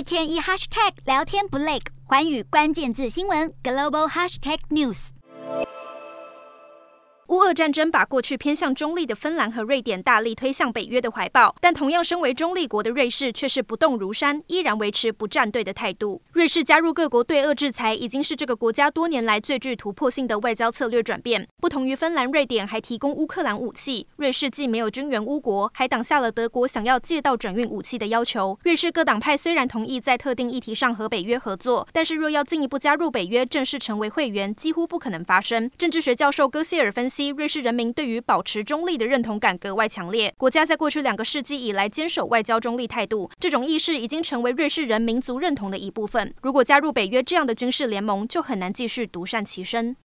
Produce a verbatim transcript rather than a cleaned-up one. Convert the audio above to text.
天一 hashtag 聊天不累，寰宇关键字新闻 global hashtag news。 乌俄战争把过去偏向中立的芬兰和瑞典大力推向北约的怀抱，但同样身为中立国的瑞士却是不动如山，依然维持不站队的态度。瑞士加入各国对俄制裁，已经是这个国家多年来最具突破性的外交策略转变。不同于芬兰、瑞典还提供乌克兰武器，瑞士既没有军援乌国，还挡下了德国想要借道转运武器的要求。瑞士各党派虽然同意在特定议题上和北约合作，但是若要进一步加入北约，正式成为会员，几乎不可能发生。政治学教授戈希尔分析，瑞士人民对于保持中立的认同感格外强烈。国家在过去两个世纪以来坚守外交中立态度，这种意识已经成为瑞士人民族认同的一部分。如果加入北约这样的军事联盟，就很难继续独善其身。